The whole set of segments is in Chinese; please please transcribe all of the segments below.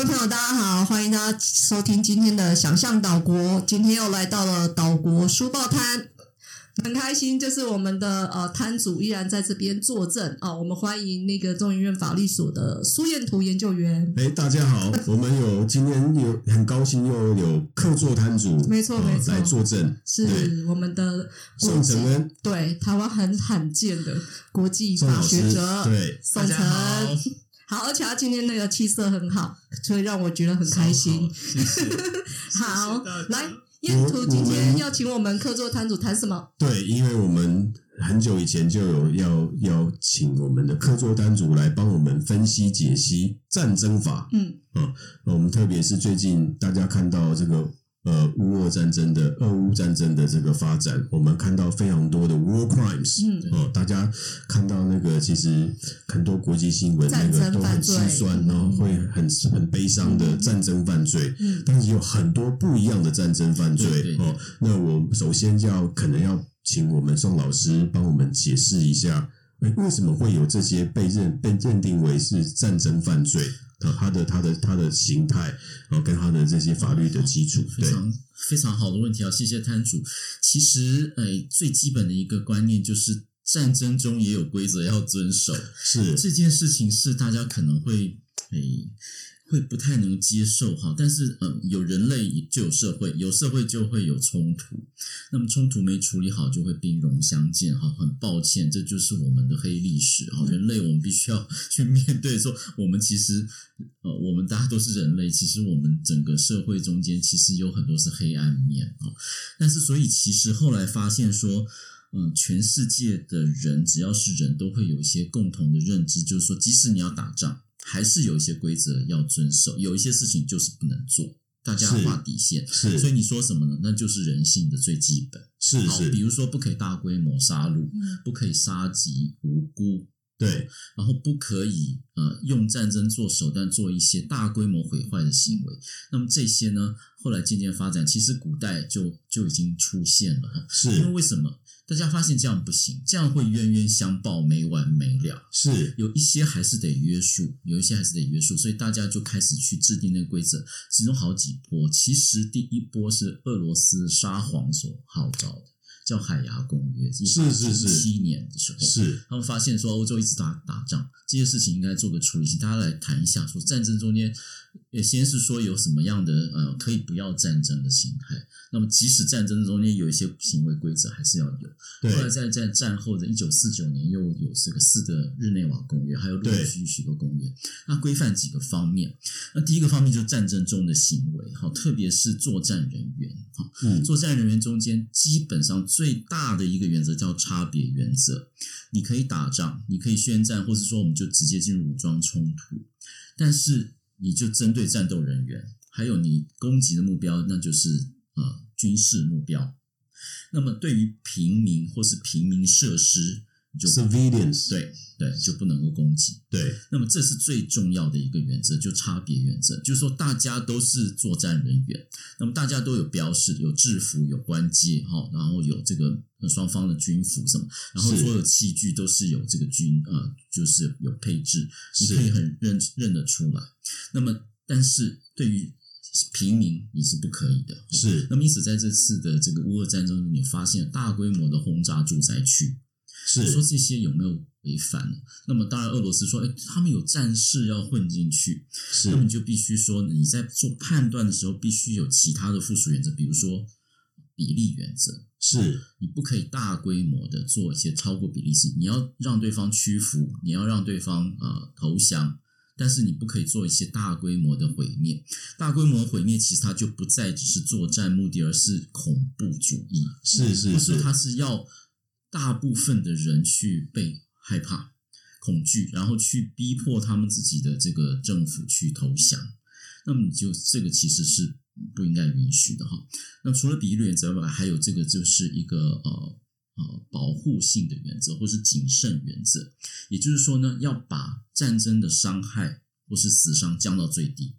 位朋友，大家好，欢迎大家收听今天的想象岛国。今天又来到了岛国书报摊，很开心，就是我们的摊主依然在这边坐镇啊。我们欢迎那个中研院法律所的苏彦图研究员。 大家好，我们今天很高兴又有客座摊主， 没错没错， 来坐镇， 是我们的宋承恩， 对，台湾很罕见的国际法学者， 对， 宋承恩。好，而且他今天那个气色很好，所以让我觉得很开心。 谢谢好，来，彦图今天要请我们客座摊主谈什么？ 对，因为我们很久以前就有要请我们的客座摊主来帮我们分析解析战争法。我们特别是最近大家看到这个俄乌战争的这个发展，我们看到非常多的 war crimes，大家看到那个其实很多国际新闻那个都很心酸，然后会很悲伤的战争犯罪，但是有很多不一样的战争犯罪。那我首先可能要请我们宋老师帮我们解释一下，为什么会有这些被认定为是战争犯罪？它的形态，跟它的这些法律的基础，对， 非常好的问题啊！谢谢摊主。其实，最基本的一个观念就是战争中也有规则要遵守。 是这件事情是大家可能会不太能接受哈，但是有人类就有社会，有社会就会有冲突，那么冲突没处理好就会兵戎相见哈。很抱歉，这就是我们的黑历史哈。人类我们必须要去面对说，我们其实我们大家都是人类，其实我们整个社会中间其实有很多是黑暗面哈。但是所以其实后来发现说，全世界的人只要是人都会有一些共同的认知，就是说即使你要打仗，还是有一些规则要遵守，有一些事情就是不能做，大家划底线。 是， 所以你说什么呢？那就是人性的最基本。好，比如说不可以大规模杀戮，不可以杀及无辜， 对， 然后不可以用战争做手段做一些大规模毁坏的行为。那么这些呢，后来渐渐发展，其实古代就已经出现了。 是因为为什么？大家发现这样不行，这样会冤冤相报，没完没了。 是有一些还是得约束，所以大家就开始去制定那个规则。其中好几波，其实第一波是俄罗斯沙皇所号召的，叫海牙公约，1807年的时候， 是他们发现说欧洲一直打仗，这些事情应该做个处理性。大家来谈一下，说战争中间，先是说有什么样的可以不要战争的形态。那么即使战争中间有一些行为规则还是要有。后来在战后的1949年又有这个4个日内瓦公约，还有陆续许多公约，那规范几个方面。那第一个方面就是战争中的行为，特别是作战人员。作战人员中间基本上最大的一个原则叫差别原则。你可以打仗，你可以宣战，或是说我们就直接进入武装冲突，但是你就针对战斗人员，还有你攻击的目标那就是军事目标。那么对于平民或是平民设施，你就 civilians 对就不能够攻击。 对， 那么这是最重要的一个原则，就差别原则，就是说大家都是作战人员，那么大家都有标示，有制服，有官阶，然后有这个双方的军服什么，然后所有器具都是有这个就是有配置，你可以很认得出来。那么但是对于平民你是不可以的。 是。 那么因此在这次的这个乌俄战争中，你发现大规模的轰炸住宅区， 是说这些有没有违反呢？那么当然俄罗斯说他们有战事要混进去， 是， 那么你就必须说你在做判断的时候必须有其他的附属原则，比如说比例原则。 是， 你不可以大规模的做一些超过比例事，你要让对方屈服，你要让对方投降，但是你不可以做一些大规模的毁灭。大规模的毁灭其实它就不再只是作战目的，而是恐怖主义。是，它是要大部分的人去被害怕、恐惧，然后去逼迫他们自己的这个政府去投降。那么你就这个其实是不应该允许的哈。那除了比例原则外，还有这个就是一个保护性的原则，或是谨慎原则。也就是说呢，要把战争的伤害或是死伤降到最低。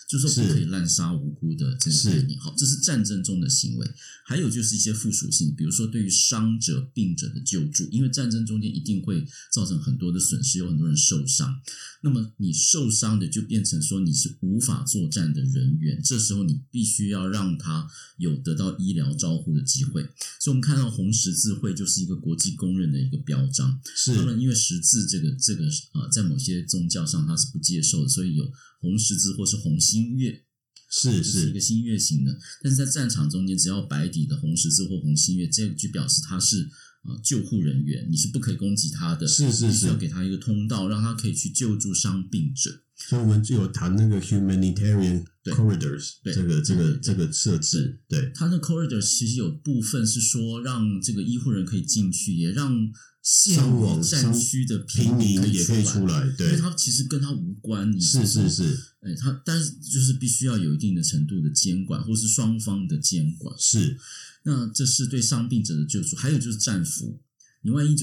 就是说不可以滥杀无辜的这个概念。好，这是战争中的行为。还有就是一些附属性，比如说对于伤者、病者的救助，因为战争中间一定会造成很多的损失，有很多人受伤。那么你受伤的就变成说你是无法作战的人员，这时候你必须要让他有得到医疗照护的机会。所以我们看到红十字会就是一个国际公认的一个标章。 是当然因为十字这个在某些宗教上它是不接受的，所以有红十字或是红新月，是一个新月型的。但是在战场中间，只要白底的红十字或红新月，这就表示他是救护人员，你是不可以攻击他的，必须要给他一个通道，让他可以去救助伤病者。 所以我们就有谈那个 humanitarian corridors 这个设置。对， 它的 corridors 其实有部分是说让这个医护人可以进去，也让陷于战区的平民也可以出来。对， 因为它其实跟它无关。 是。 但是就是必须要有一定的程度的监管，或是双方的监管。 是。 那这是对伤病者的救助，还有就是战俘。你万一就是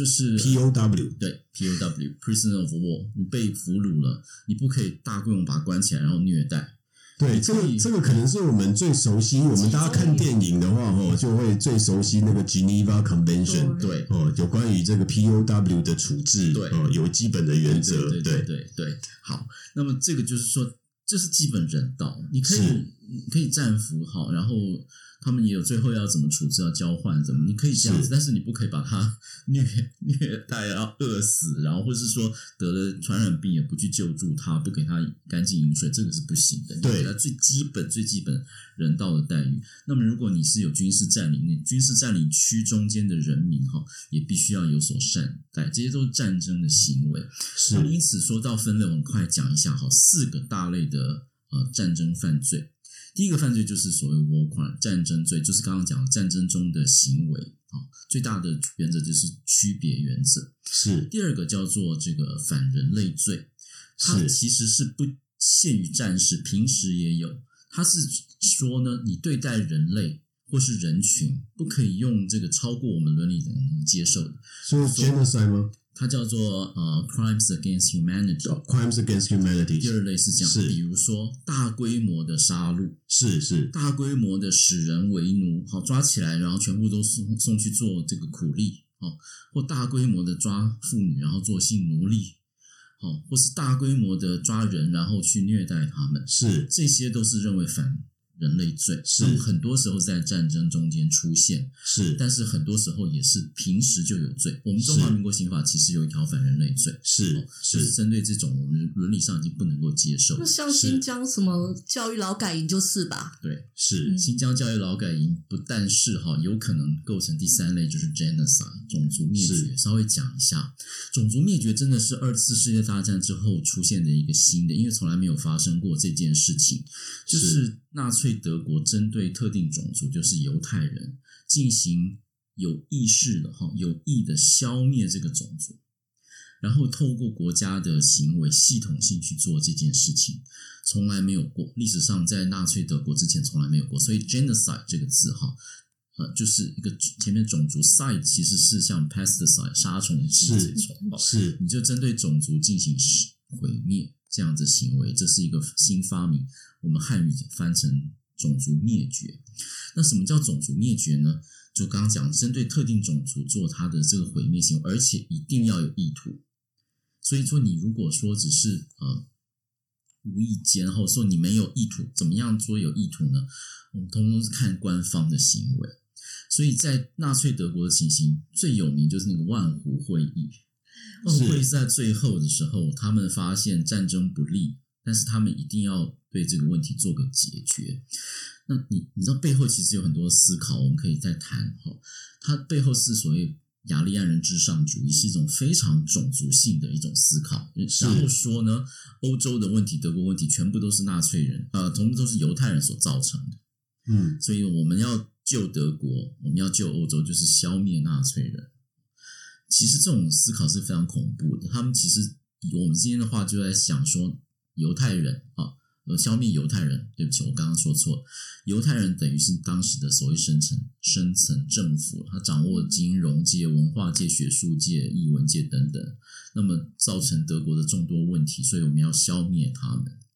POW， 对 POW Prisoner of War， 你被俘虏了，你不可以大规模把它关起来然后虐待。 对，这个可能是我们最熟悉，我们大家看电影的话就会最熟悉那个 Geneva Convention， 对有关于这个 POW 的处置， 对， 有基本的原则， 对。好，那么这个就是说，这是基本人道，你可以战俘好，然后他们也有最后要怎么处置，要交换怎么，你可以这样子，但是你不可以把他虐待然后饿死，然后或是说得了传染病也不去救助他，不给他干净饮水，这个是不行的。你给他最基本人道的待遇。那么如果你是有军事占领，军事占领区中间的人民也必须要有所善待，这些都是战争的行为。那么因此说到分类，我们快讲一下4个大类的战争犯罪。第一个犯罪就是所谓 war crime 战争罪，就是刚刚讲的战争中的行为。最大的原则就是区别原则。 是。 第二个叫做这个反人类罪，它其实是不限于战时，平时也有。它是说呢，你对待人类或是人群，不可以用这个超过我们伦理能接受的。 是 genocide 吗？ 它叫做crimes against humanity。crimes against humanity。 第二类是这样，比如说大规模的杀戮， 是大规模的使人为奴，抓起来然后全部都送去做这个苦力，或大规模的抓妇女然后做性奴隶，或是大规模的抓人然后去虐待他们，这些都是认为反人类罪。那么很多时候在战争中间出现，但是很多时候也是平时就有罪。我们中华民国刑法其实有一条反人类罪，就是针对这种我们伦理上已经不能够接受。 那像新疆什么教育劳改营就是吧？ 对，新疆教育劳改营不但是有可能构成第三类，就是 genocide 种族灭绝。稍微讲一下，种族灭绝真的是2次世界大战之后出现的一个新的，因为从来没有发生过这件事情，就是纳粹德国针对特定种族，就是犹太人，进行有意识的有意的消灭这个种族，然后透过国家的行为系统性去做这件事情，从来没有过，历史上在纳粹德国之前从来没有过。所以 genocide 这个字就是一个前面种族 side 其实是像 pesticide 杀虫剂这种，你就针对种族进行毁灭这样子行为，这是一个新发明，我们汉语翻成种族灭绝。那什么叫种族灭绝呢？就刚刚讲针对特定种族做它的这个毁灭行为，而且一定要有意图。所以说你如果说只是无意间，然后说你没有意图，怎么样说有意图呢？我们通通是看官方的行为。所以在纳粹德国的情形最有名就是那个万湖会议。万湖会议是在最后的时候，他们发现战争不利，但是他们一定要对这个问题做个解决。那你知道背后其实有很多思考，我们可以再谈。它背后是所谓雅利安人至上主义，是一种非常种族性的一种思考。然后说呢，欧洲的问题、德国问题全部都是纳粹人全部都是犹太人所造成的。所以我们要救德国，我们要救欧洲，就是消灭纳粹人。其实这种思考是非常恐怖的。他们其实我们今天的话就在想说，犹太人消灭犹太人，对不起，我刚刚说错，犹太人等于是当时的所谓深层政府，他掌握金融界、文化界、学术界、艺文界等等，那么造成德国的众多问题，所以我们要消灭他们。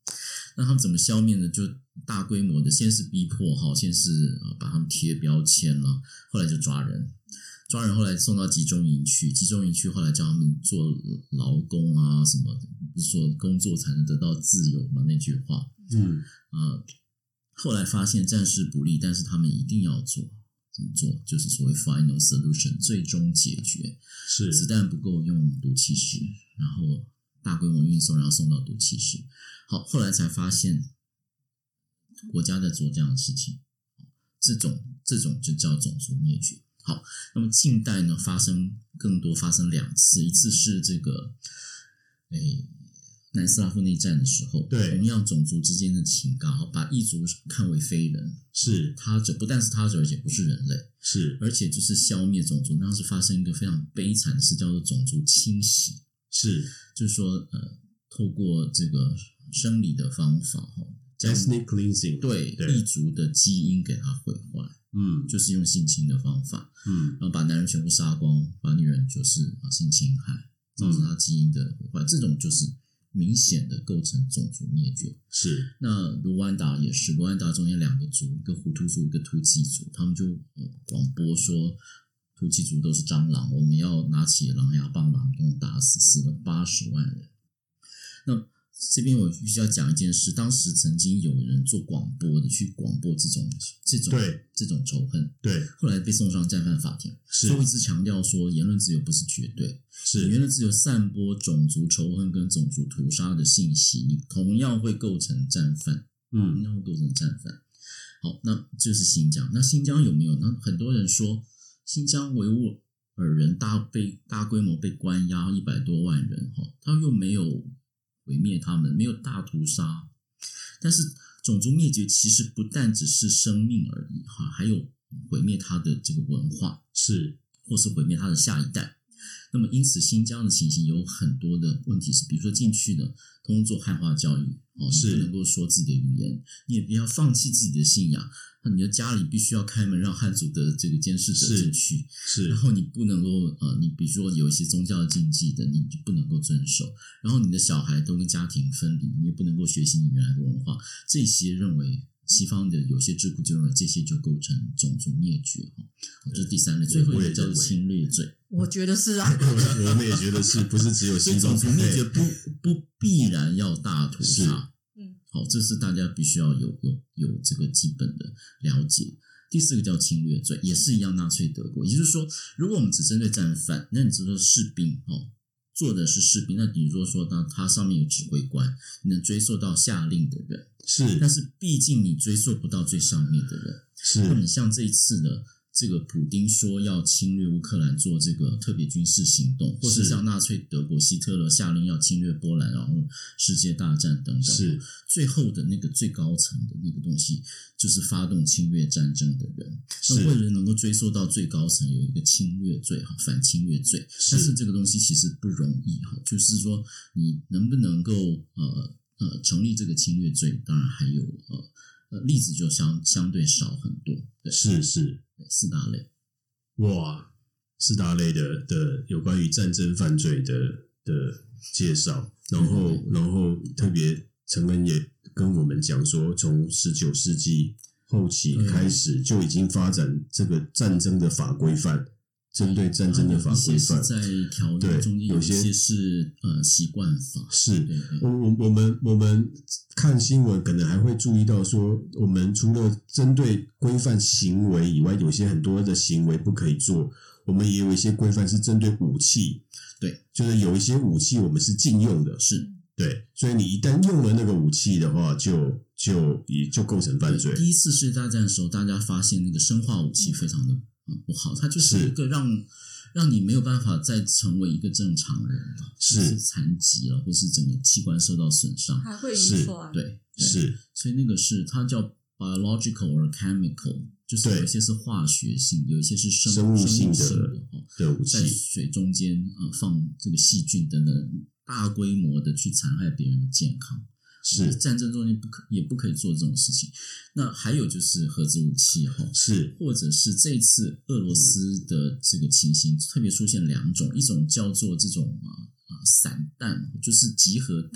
那他们怎么消灭呢？就大规模的，先是逼迫先是把他们贴标签了，后来就抓人，后来送到集中营去，后来叫他们做劳工啊什么的，不是说工作才能得到自由嘛那句话。后来发现战事不利，但是他们一定要做。怎么做？就是所谓 final solution 最终解决， 是子弹不够用毒气室，然后大规模运送，然后送到毒气室。好，后来才发现国家在做这样的事情，这种就叫种族灭绝。好，那么近代呢发生2次，一次是这个南斯拉夫内战的时候， 对， 同样种族之间的情感，把异族看为非人， 是他者，不但是他者，而且不是人类， 是， 而且就是消灭种族。当时发生一个非常悲惨的事，叫做种族清洗， 是， 就是说透过这个生理的方法 ethnic cleansing， 对异族的基因给它毁坏，就是用性侵的方法，然后把男人全部杀光，把女人就是性侵害，造成他基因的毁坏，这种就是明显的构成种族灭绝。 是， 那卢旺达也是，卢旺达中间2个族，一个胡图族，一个突厥族，他们就广播说突厥族都是蟑螂，我们要拿起狼牙棒把他们都打死，死了80万人。那这边我必须要讲一件事，当时曾经有人做广播的，去广播这种仇恨， 对， 后来被送上战犯法庭。所以我一直强调说，言论自由不是绝对， 是言论自由散播种族仇恨跟种族屠杀的信息，你同样会构成战犯，同样会构成战犯。好，那就是新疆。那新疆有没有？那很多人说新疆维吾尔人大规模被关押100多万人，他又没有毁灭他们，没有大屠杀。但是种族灭绝其实不但只是生命而已，还有毁灭他的这个文化， 是， 或是毁灭他的下一代。那么因此新疆的情形有很多的问题是，比如说进去的通通做汉化教育，你不能够说自己的语言，你也不要放弃自己的信仰，你的家里必须要开门让汉族的这个监视者进去， 是，然后你不能够你比如说有一些宗教禁忌的你就不能够遵守，然后你的小孩都跟家庭分离，你也不能够学习你原来的文化，这些认为西方的有些智库就认为这些就构成种族灭绝，这是第3类。最后一个叫做侵略罪， 我觉得是啊， 我们也觉得是，不是只有西方？ 种族灭绝不必然要大屠杀，好，这是大家必须要有这个基本的了解。第4个叫侵略罪，也是一样，纳粹德国，也就是说，如果我们只针对战犯，那你就说士兵做的是士兵，那你如果说他上面有指挥官，你能追溯到下令的人， 是， 但是毕竟你追溯不到最上面的人， 是。 那你像这一次的这个普丁说要侵略乌克兰做这个特别军事行动，或是像纳粹德国希特勒下令要侵略波兰，然后世界大战等等， 是最后的那个最高层的那个东西，就是发动侵略战争的人。那为了能够追溯到最高层，有一个侵略罪，反侵略罪，但是这个东西其实不容易，就是说你能不能够成立这个侵略罪，当然还有例子就相对少很多。对，是4大类。 哇，4大类的有关于战争犯罪的介绍，然后特别承恩也跟我们讲说，从19世纪后期开始就已经发展这个战争的法规范。针对战争的法规范， 在条约中间有些是习惯法。 是，我们看新闻可能还会注意到说，我们除了针对规范行为以外，有些很多的行为不可以做，我们也有一些规范是针对武器。 对， 就是有一些武器我们是禁用的。 是， 对，所以你一旦用了那个武器的话，就构成犯罪。 第1次世界大战的时候，大家发现那个生化武器非常的不好，它就是一个让你没有办法再成为一个正常人了，是残疾了，或是整个器官受到损伤， 还会遗传。 对， 是， 所以那个是它叫 biological or chemical， 就是有一些是化学性，有一些是生物性的武器， 在水中间放这个细菌等等，大规模的去残害别人的健康。 是， 战争中间也不可以做这种事情。那还有就是核子武器是， 或者是这次俄罗斯的这个情形特别出现2种，一种叫做这种散弹，就是集合弹，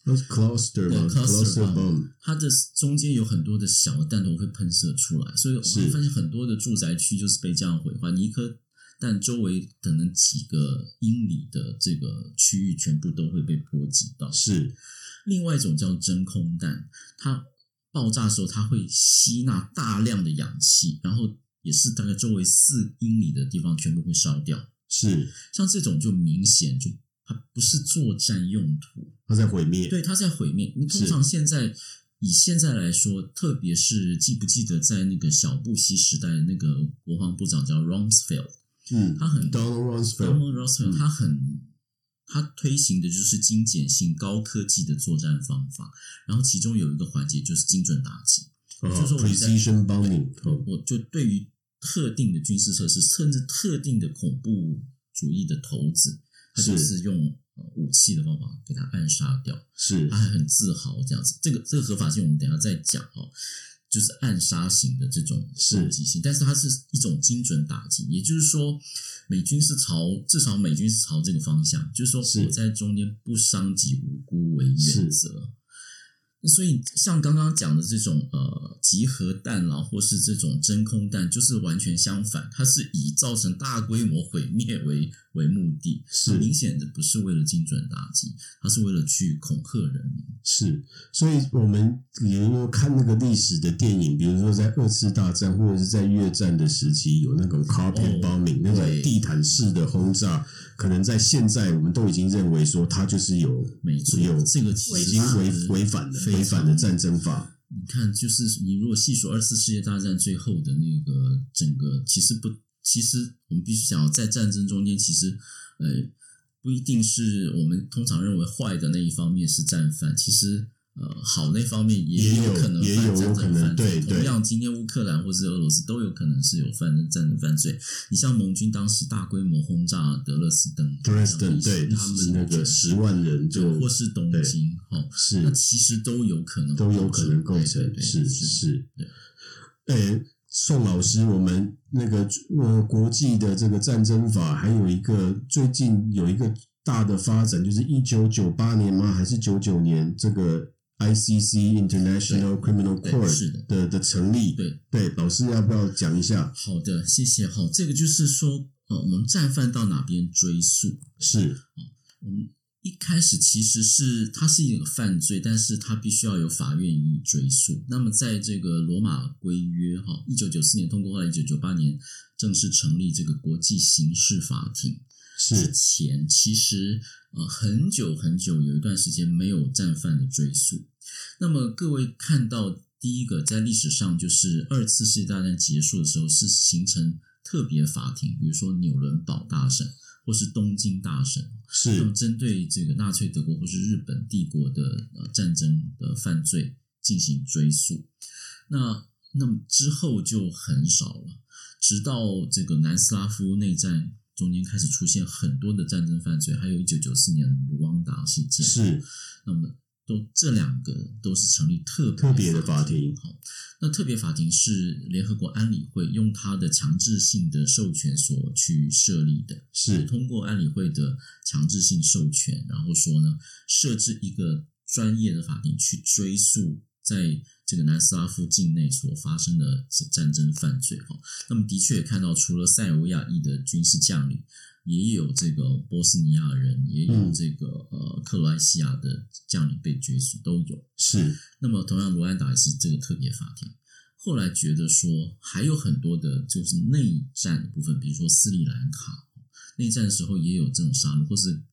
cluster 吗 ？cluster bomb， 它的中间有很多的小弹头会喷射出来，所以我们发现很多的住宅区就是被这样毁坏。你一颗弹周围可能几个英里的这个区域全部都会被波及到。 是。 另外一种叫真空弹，它爆炸的时候它会吸纳大量的氧气，然后也是大概周围4英里的地方全部会烧掉。 是， 像这种就明显就它不是作战用途， 它在毁灭。 对，它在毁灭。你通常以现在来说，特别是记不记得在那个小布希时代，那个国防部长叫 Rumsfeld， 他很 Donald Rumsfeld， 他推行的就是精简性高科技的作战方法，然后其中有一个环节就是精准打击，就是说 precision bombing， 我就对于特定的军事设施，甚至特定的恐怖主义的头子，他就是用武器的方法给他暗杀掉， 是， 他还很自豪这样子。这个合法性我们等一下再讲哦，就是暗杀型的这种攻击性，但是它是一种精准打击，也就是说，至少美军是朝这个方向，就是说我在中间不伤及无辜为原则。所以像刚刚讲的这种集合弹啦，或是这种真空弹，就是完全相反，它是以造成大规模毁灭为目的，是明显的不是为了精准打击，它是为了去恐吓人民。 是，所以我们比如说看那个历史的电影，比如说在2次大战或者是在越战的时期，有那种 carpet bombing，那种地毯式的轰炸，可能在现在我们都已经认为说它就是有这个已经违反的战争法。 你看，就是你如果细数2次世界大战最后的那个整个，其实我们必须讲，在战争中间，其实不一定是我们通常认为坏的那一方面是战犯，其实好那方面也有可能犯罪。同样，今天乌克兰或是俄罗斯都有可能是有战争犯罪。你像盟军当时大规模轰炸德勒斯登， 对他们那个10万人或是东京， 是那其实都有可能构成，是。宋老师，我们那个国际的这个战争法，还有一个最近有一个大的发展，就是1998年吗？还是99年？这个 ICC International Criminal Court 的成立。对，老师要不要讲一下？ 好的，谢谢。好，这个就是说，我们战犯到哪边追溯？ 是， 我们一开始其实它是一个犯罪，但是它必须要有法院予以追诉。那么在这个罗马规约1994年通过，后来1998年正式成立这个国际刑事法庭之前，其实很久很久有一段时间没有战犯的追诉。那么各位看到第一个在历史上就是2次世界大战结束的时候是形成特别法庭，比如说纽伦堡大审或是东京大审， 是那么针对这个纳粹德国或是日本帝国的战争的犯罪进行追诉。那么之后就很少了，直到这个南斯拉夫内战中间开始出现很多的战争犯罪，还有1994年卢旺达事件， 是， 那么这2个都是成立特别的法庭。好，那特别法庭是联合国安理会用它的强制性的授权所去设立的， 是通过安理会的强制性授权，然后说呢，设置一个专业的法庭去追溯在这个南斯拉夫境内所发生的战争犯罪。那么的确也看到，除了塞尔维亚裔的军事将领，也有这个波斯尼亚人，也有这个克罗埃西亚的将领被追诉，都有。 是。 那么同样，卢安达也是这个特别法庭。后来觉得说，还有很多的就是内战的部分，比如说斯里兰卡内战的时候也有这种杀戮，或是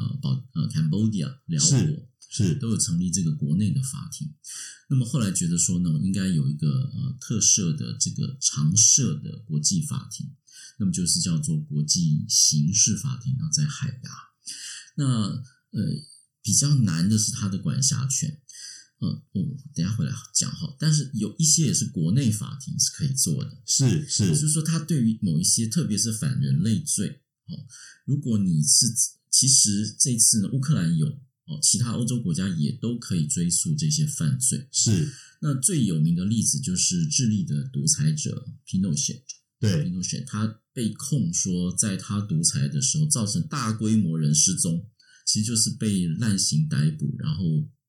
Cambodia 辽国是都有成立这个国内的法庭。那么后来觉得说呢，应该有一个特设的这个常设的国际法庭。那么就是叫做国际刑事法庭，然后在海牙。那比较难的是它的管辖权。我等一下回来讲哈。但是有一些也是国内法庭是可以做的， 是， 就是说它对于某一些特别是反人类罪，如果你是其实这次呢，乌克兰有其他欧洲国家也都可以追溯这些犯罪。 是。 那最有名的例子就是智利的独裁者 Pinochet。 对 Pinochet 他被控说在他独裁的时候造成大规模人失踪，其实就是被滥刑逮捕，然后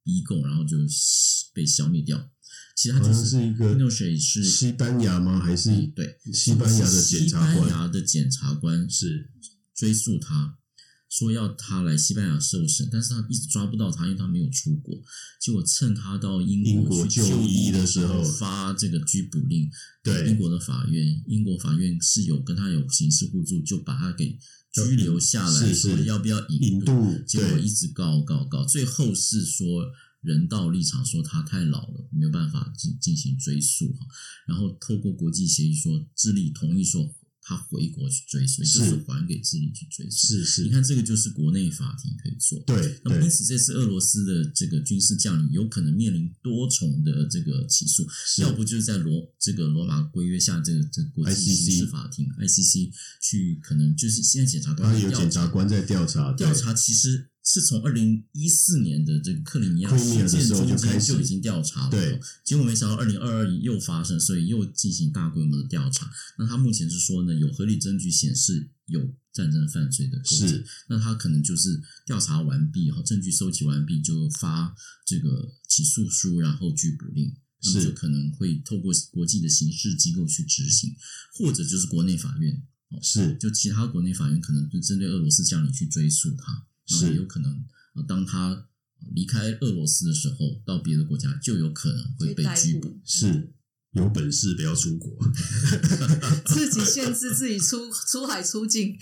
逼供，然后就被消灭掉。其实他就是一个 Pinochet 是西班牙吗？还是对西班牙的检察官？ 西班牙的检察官是追诉他，说要他来西班牙受审，但是他一直抓不到他，因为他没有出国。结果趁他到英国去就医的时候，发这个拘捕令给英国的法院，英国法院是有跟他有刑事互助，就把他给拘留下来，说要不要引渡，结果一直告，最后是说人道立场，说他太老了，没有办法进行追诉，然后透过国际协议说智利同意说他回国去追诉，就是还给智利去追诉。 是， 你看这个就是国内法庭可以做。 对， 那么因此这次俄罗斯的这个军事将领有可能面临多重的这个起诉，要不就是在罗马规约下这个国际刑事法庭 ICC 去，可能就是现在检察官他有检察官在调查， 其实是从2014年的这个克里米亚事件中间就已经调查了， 对， 结果没想到2022又发生，所以又进行大规模的调查。那他目前是说呢，有合理证据显示有战争犯罪的构成，那他可能就是调查完毕，证据收集完毕就发这个起诉书，然后拘捕令，那么就可能会透过国际的刑事机构去执行，或者就是国内法院，就其他国内法院可能就针对俄罗斯将领去追诉他。是有可能当他离开俄罗斯的时候，到别的国家就有可能会被拘捕。 是有本事不要出国， 自己限制自己出海出境。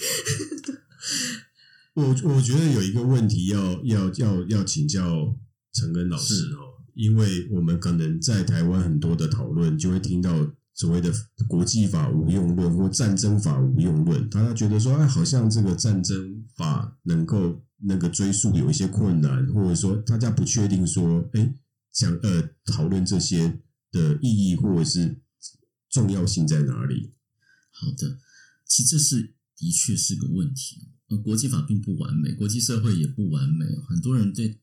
我觉得有一个问题要请教承恩老师因为我们可能在台湾很多的讨论就会听到所谓的国际法无用论或战争法无用论，大家觉得说好像这个战争法能够那个追溯有一些困难，或者说大家不确定说讨论这些的意义或者是重要性在哪里。 好的，其实这的确是个问题。国际法并不完美，国际社会也不完美，很多人对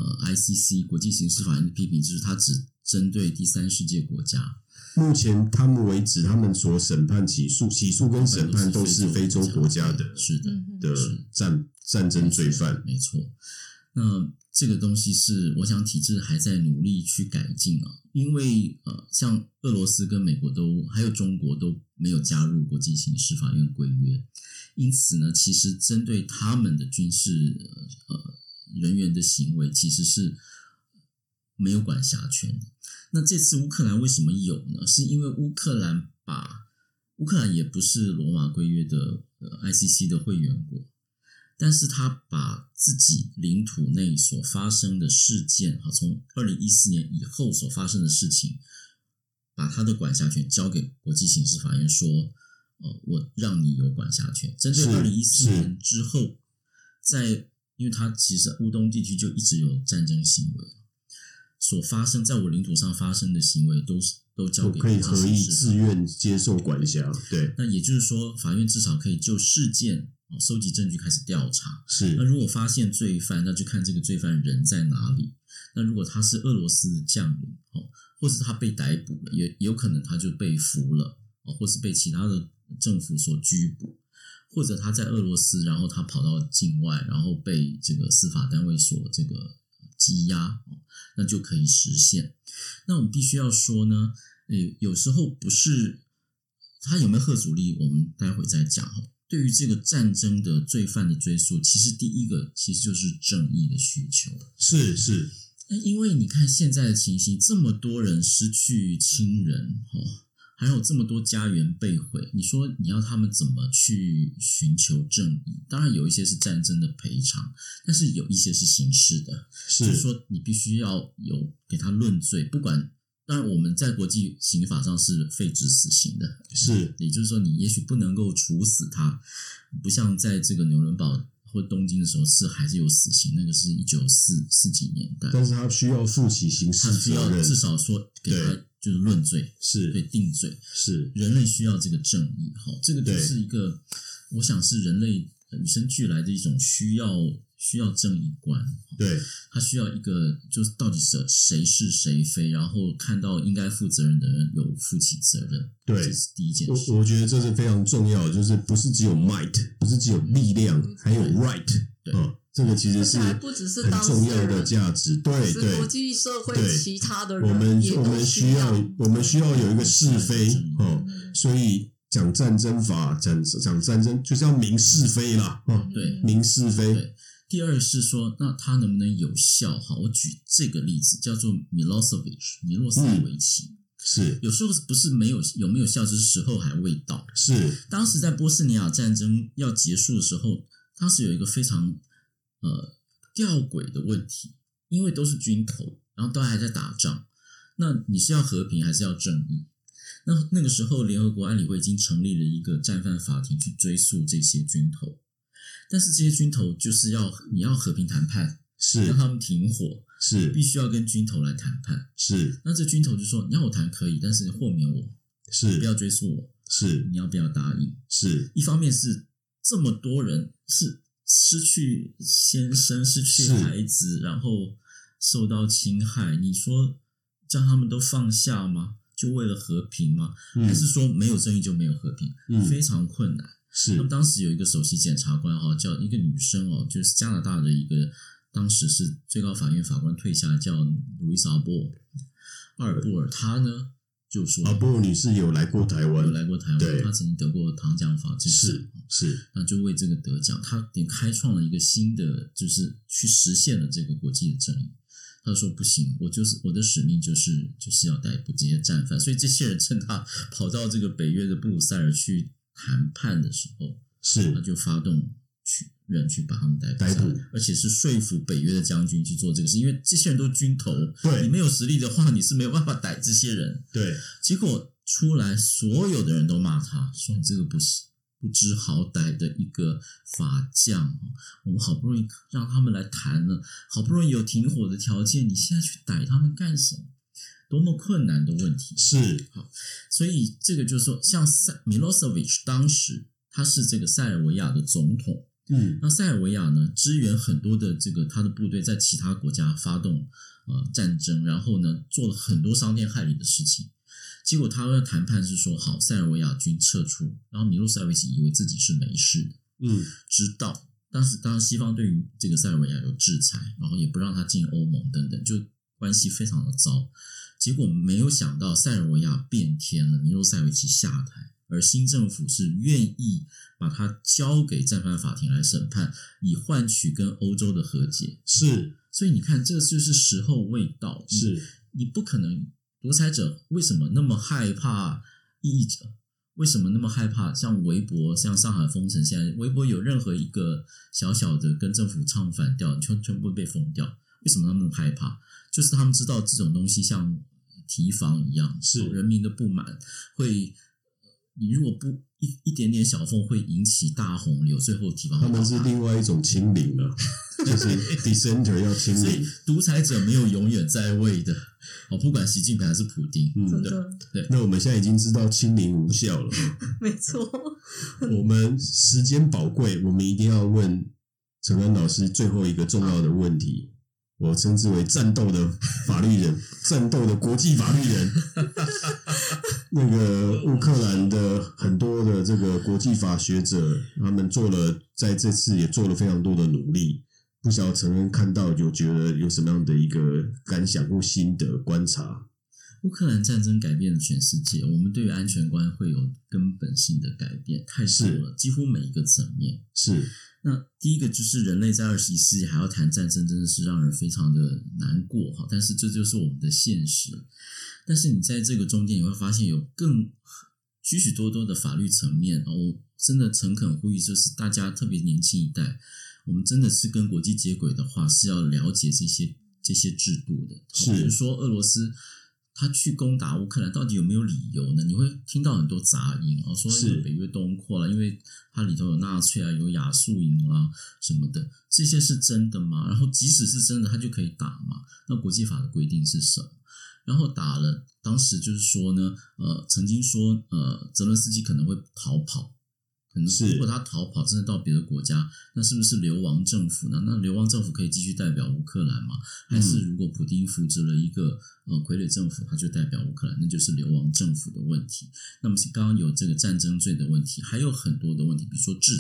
ICC 国际刑事法院的批评就是它只针对第三世界国家。 目前他们为止，他们所审判起诉跟审判都是非洲国家的， 是的战争罪犯， 没错。那这个东西是我想体制还在努力去改进因为像俄罗斯跟美国还有中国都没有加入国际刑事法院规约，因此呢，其实针对他们的军事人员的行为其实是没有管辖权的。那这次乌克兰为什么有呢？是因为乌克兰也不是罗马规约的ICC 的会员国，但是他把自己领土内所发生的事件，从2014年以后所发生的事情，把他的管辖权交给国际刑事法院，说我让你有管辖权。针对2014年之后，因为他其实乌东地区就一直有战争行为，所发生在我领土上发生的行为都交给可以合意自愿接受管辖。对， 那也就是说，法院至少可以就事件收集证据开始调查。 是， 那如果发现罪犯，那就看这个罪犯人在哪里。那如果他是俄罗斯的将领或是他被逮捕了，也有可能他就被俘了或是被其他的政府所拘捕，或者他在俄罗斯，然后他跑到境外，然后被这个司法单位所这个羁押，那就可以实现。那我们必须要说呢，有时候不是他有没有吓阻力，我们待会再讲。对于这个战争的罪犯的追诉，其实第一个其实就是正义的需求。 是。 那因为你看现在的情形，这么多人失去亲人还有这么多家园被毁，你说你要他们怎么去寻求正义？当然有一些是战争的赔偿，但是有一些是刑事的，就是说你必须要有给他论罪，不管，当然我们在国际刑法上是废止死刑的， 是， 也就是说你也许不能够处死他，不像在这个纽伦堡或东京的时候还是有死刑，那个是1940几年代， 但是他需要负起刑事责任， 他需要至少说给他就是论罪， 是对定罪， 是人类需要这个正义，这个就是一个，我想是人类与生俱来的一种需要正义观， 对， 他需要一个就是到底谁是谁非，然后看到应该负责任的人有负起责任， 对， 这是第一件事。 我觉得这是非常重要的，就是不是只有 might， 不是只有力量，还有 right， 这个其实是还不只是很当事重要的人价值。对对， 国际社会对其他的我人也都需要有一个是非哦，所以讲战争法，讲战争就是要明是非啦，哦， 对， 明是非。 对，第二是说，那它能不能有效？哈，我举这个例子，叫做米洛塞维奇。 是， 有时候不是有没有效，就是时候还未到。 是， 当时在波斯尼亚战争要结束的时候，当时有一个非常吊诡的问题，因为都是军头，然后都还在打仗，那你是要和平还是要正义？那个时候，联合国安理会已经成立了一个战犯法庭去追诉这些军头，但是这些军头就是你要和平谈判， 是让他们停火， 是必须要跟军头来谈判。 是， 那这军头就说：“你要我谈可以，但是豁免我， 是不要追诉我， 是， 你要不要答应？” 是， 一方面是这么多人是失去先生、失去孩子，然后受到侵害，你说叫他们都放下吗？就为了和平吗？还是说没有正义就没有和平？非常困难。 是。 那么当时有一个首席检察官叫一个女生就是加拿大的一个，当时是最高法院法官退下来，叫路易莎·阿尔布尔，她呢就说， 阿布尔女士有来过台湾， 她曾经得过唐奖法之奖， 是， 那就为这个得奖，她也开创了一个新的，就是去实现了这个国际的正义。他说不行，我的使命就是要逮捕这些战犯，所以这些人趁他跑到这个北约的布鲁塞尔去谈判的时候，他就发动人去把他们逮捕，而且是说服北约的将军去做这个事，因为这些人都是军头， 对， 你没有实力的话，你是没有办法逮这些人。 对， 结果出来，所有的人都骂他，说你这个不知好歹的一个法将，我们好不容易让他们来谈了，好不容易有停火的条件，你现在去逮他们干什么？多么困难的问题！ 是， 好，所以这个就是说，像米洛塞维奇当时他是这个塞尔维亚的总统，那塞尔维亚呢支援很多的这个他的部队在其他国家发动战争，然后呢做了很多伤天害理的事情。结果他的谈判是说好，塞尔维亚军撤出，然后米洛塞维奇以为自己是没事的，直到当时西方对于这个塞尔维亚有制裁，然后也不让他进欧盟等等，就关系非常的糟。结果没有想到塞尔维亚变天了，米洛塞维奇下台，而新政府是愿意把他交给战犯法庭来审判，以换取跟欧洲的和解。 是， 所以你看，这就是时候未到， 是你不可能。独裁者为什么那么害怕异议者？为什么那么害怕像微博、像上海封城？现在微博有任何一个小小的跟政府唱反调，全部被封掉。为什么他们那么害怕？就是他们知道这种东西像提防一样， 是人民的不满会，你如果不一点点小缝会引起大洪流，最后提防。 他们是另外一种清零了，就是 dissenter 要清零。 所以独裁者没有永远在位的。不管习近平还是普丁，对。 那我们现在已经知道清零无效了， 没错。 我们时间宝贵，我们一定要问承恩老师最后一个重要的问题，我称之为战斗的法律人，战斗的国际法律人。那个乌克兰的很多的这个国际法学者，他们在这次也做了非常多的努力。不晓得承恩看到就觉得有什么样的一个感想或心得观察？ 乌克兰战争改变了全世界，我们对于安全观会有根本性的改变，太多了，几乎每一个层面。 是。 那第一个就是人类在21世纪还要谈战争，真的是让人非常的难过哈。但是这就是我们的现实。但是你在这个中间，你会发现有许许多多的法律层面，我真的诚恳呼吁，就是大家特别年轻一代。我们真的是跟国际接轨的话，是要了解这些制度的。 是， 比如说俄罗斯他去攻打乌克兰，到底有没有理由呢？你会听到很多杂音说北约东扩了，因为它里头有纳粹啊，有亚速营啦什么的，这些是真的吗？然后即使是真的，他就可以打吗？那国际法的规定是什么？然后打了，当时就是说呢，曾经说泽伦斯基可能会逃跑。可能如果他逃跑真的到别的国家，那是不是流亡政府呢？那流亡政府可以继续代表乌克兰吗？还是如果普丁扶植了一个傀儡政府，他就代表乌克兰，那就是流亡政府的问题。那么刚刚有这个战争罪的问题，还有很多的问题，比如说制裁。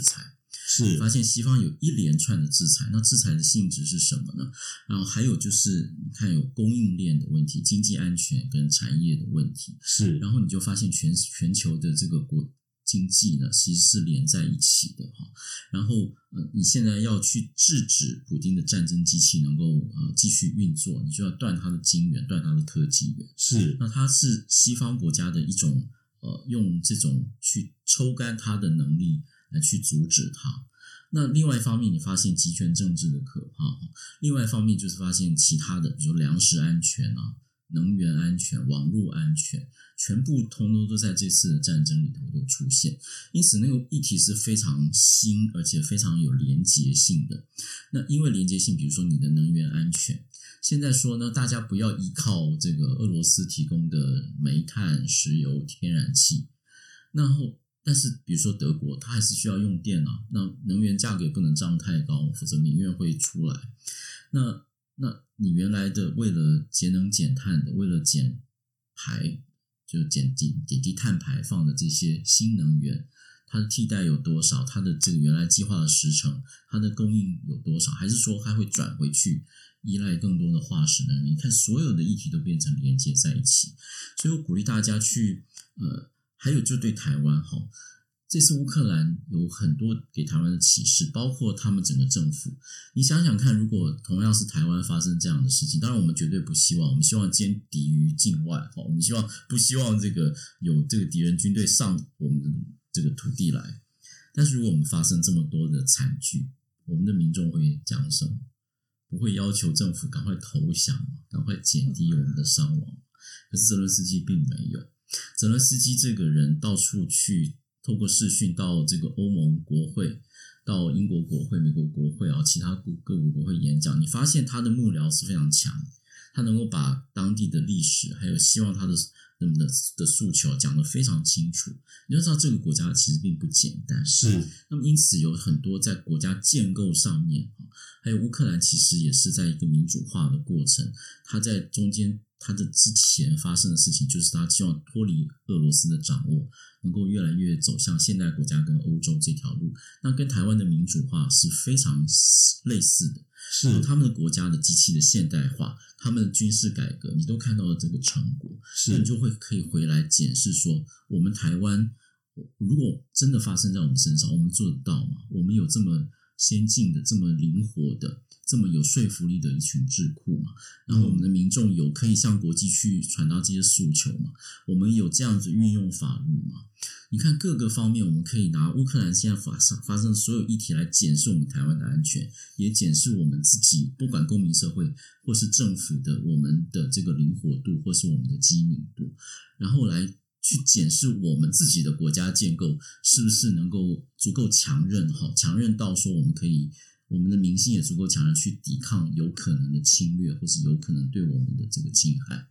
是发现西方有一连串的制裁，那制裁的性质是什么呢？然后还有就是你看有供应链的问题、经济安全跟产业的问题， 是， 然后你就发现全球的这个经济呢，其实是连在一起的哈。然后你现在要去制止普丁的战争机器能够继续运作，你就要断它的晶圆，断它的科技源。 是， 那它是西方国家的一种用这种去抽干它的能力来去阻止它。那另外一方面，你发现集权政治的可怕；另外一方面就是发现其他的，比如粮食安全啊、能源安全、网络安全，全部通通都在这次的战争里头都出现。因此，那个议题是非常新，而且非常有连结性的。那因为连结性，比如说你的能源安全，现在说呢，大家不要依靠这个俄罗斯提供的煤炭、石油、天然气，但是比如说德国，它还是需要用电啊，那能源价格也不能涨太高，否则民怨会出来。那你原来的为了节能减碳的，为了减排，就减低碳排放的这些新能源，它的替代有多少？它的这个原来计划的时程，它的供应有多少？还是说它会转回去依赖更多的化石能源？你看所有的议题都变成连接在一起，所以我鼓励大家去还有就对台湾这次乌克兰有很多给台湾的启示，包括他们整个政府。你想想看，如果同样是台湾发生这样的事情，当然我们绝对不希望，我们希望歼敌于境外，我们不希望这个有这个敌人军队上我们的这个土地来。但是如果我们发生这么多的惨剧，我们的民众会讲什么？不会要求政府赶快投降吗？赶快减低我们的伤亡？可是泽伦斯基并没有。泽伦斯基这个人到处去透过视讯到这个欧盟国会、到英国国会、美国国会其他各国国会演讲，你发现他的幕僚是非常强，他能够把当地的历史还有希望他的诉求讲得非常清楚。你就知道这个国家其实并不简单。 是。 那么因此有很多在国家建构上面，还有乌克兰其实也是在一个民主化的过程，他在中间他的之前发生的事情，就是他希望脱离俄罗斯的掌握，能够越来越走向现代国家跟欧洲这条路。那跟台湾的民主化是非常类似的， 是他们的国家的机器的现代化，他们的军事改革，你都看到了这个成果， 是你就可以回来检视说，我们台湾如果真的发生在我们身上，我们做得到吗？我们有这么先进的、这么灵活的、这么有说服力的一群智库嘛？然后我们的民众有可以向国际去传达这些诉求嘛？我们有这样子运用法律嘛？你看各个方面，我们可以拿乌克兰现在发生的所有议题来检视我们台湾的安全，也检视我们自己，不管公民社会或是政府的我们的这个灵活度，或是我们的机敏度，然后来去检视我们自己的国家建构是不是能够足够强韧到说我们的民心也足够强韧去抵抗有可能的侵略，或是有可能对我们的这个侵害。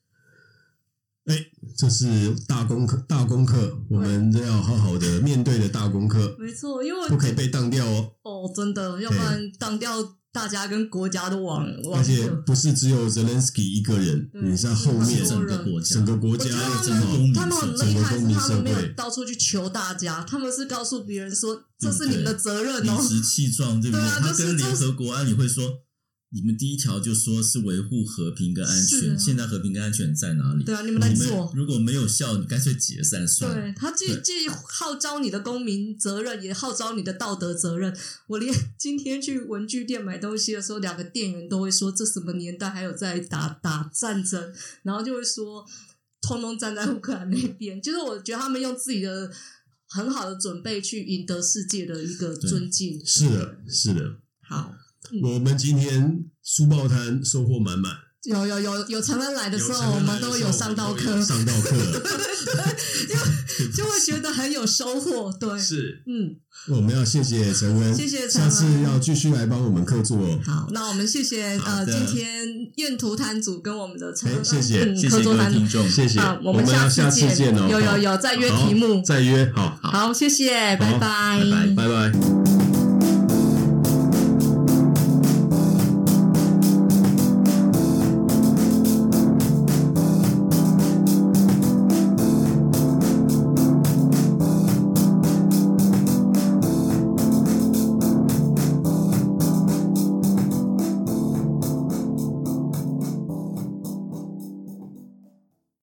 这是大功课，我们要好好的面对的大功课。 没错，因为不可以被当掉真的，要不然当掉大家跟国家都亡。 而且不是只有 Zelensky 一个人，你在后面整个国家他们很厉害，是他们没有到处去求大家，他们是告诉别人说这是你们的责任理直气壮，对不对？他跟联合国安理会说，你们第一条就说是维护和平跟安全，现在和平跟安全在哪里？ 对啊，你们来做。 如果没有效，你干脆解散算了。 对，他既号召你的公民责任，也号召你的道德责任。我连今天去文具店买东西的时候，2个店员都会说这什么年代还有在打战争，然后就会说通通站在乌克兰那边。就是我觉得他们用自己的很好的准备去赢得世界的一个尊敬。 是的。 好。 我们今天书报摊收获满满， 有陈恩来的时候，我们都有上到课，就会觉得很有收获。对， 是，我们要谢谢陈恩， 谢谢陈恩， 下次要继续来帮我们客座。 好，那我们谢谢今天愿图摊组跟我们的陈恩， 谢谢客座摊听众， 谢谢， 我们下次见哦， 有再约题目， 再约，好， 谢谢，拜拜， 拜拜。